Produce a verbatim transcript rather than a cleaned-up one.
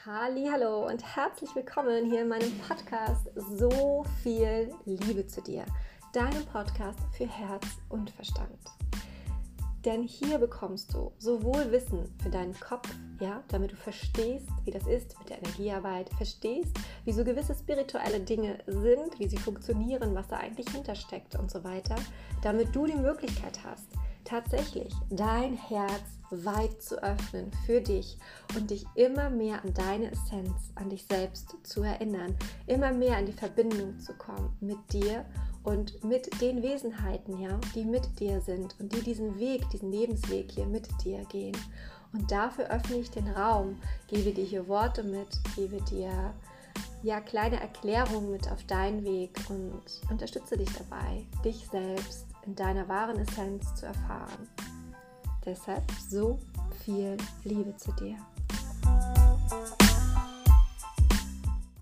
Hallihallo und herzlich willkommen hier in meinem Podcast So viel Liebe zu dir, deinem Podcast für Herz und Verstand. Denn hier bekommst du sowohl Wissen für deinen Kopf, ja, damit du verstehst, wie das ist mit der Energiearbeit, verstehst, wie so gewisse spirituelle Dinge sind, wie sie funktionieren, was da eigentlich hintersteckt und so weiter, damit du die Möglichkeit hast, tatsächlich dein Herz weit zu öffnen für dich und dich immer mehr an deine Essenz, an dich selbst zu erinnern, immer mehr in die Verbindung zu kommen mit dir und mit den Wesenheiten, ja, die mit dir sind und die diesen Weg, diesen Lebensweg hier mit dir gehen. Und dafür öffne ich den Raum, gebe dir hier Worte mit, gebe dir ja kleine Erklärungen mit auf deinen Weg und unterstütze dich dabei, dich selbst in deiner wahren Essenz zu erfahren. Deshalb so viel Liebe zu dir.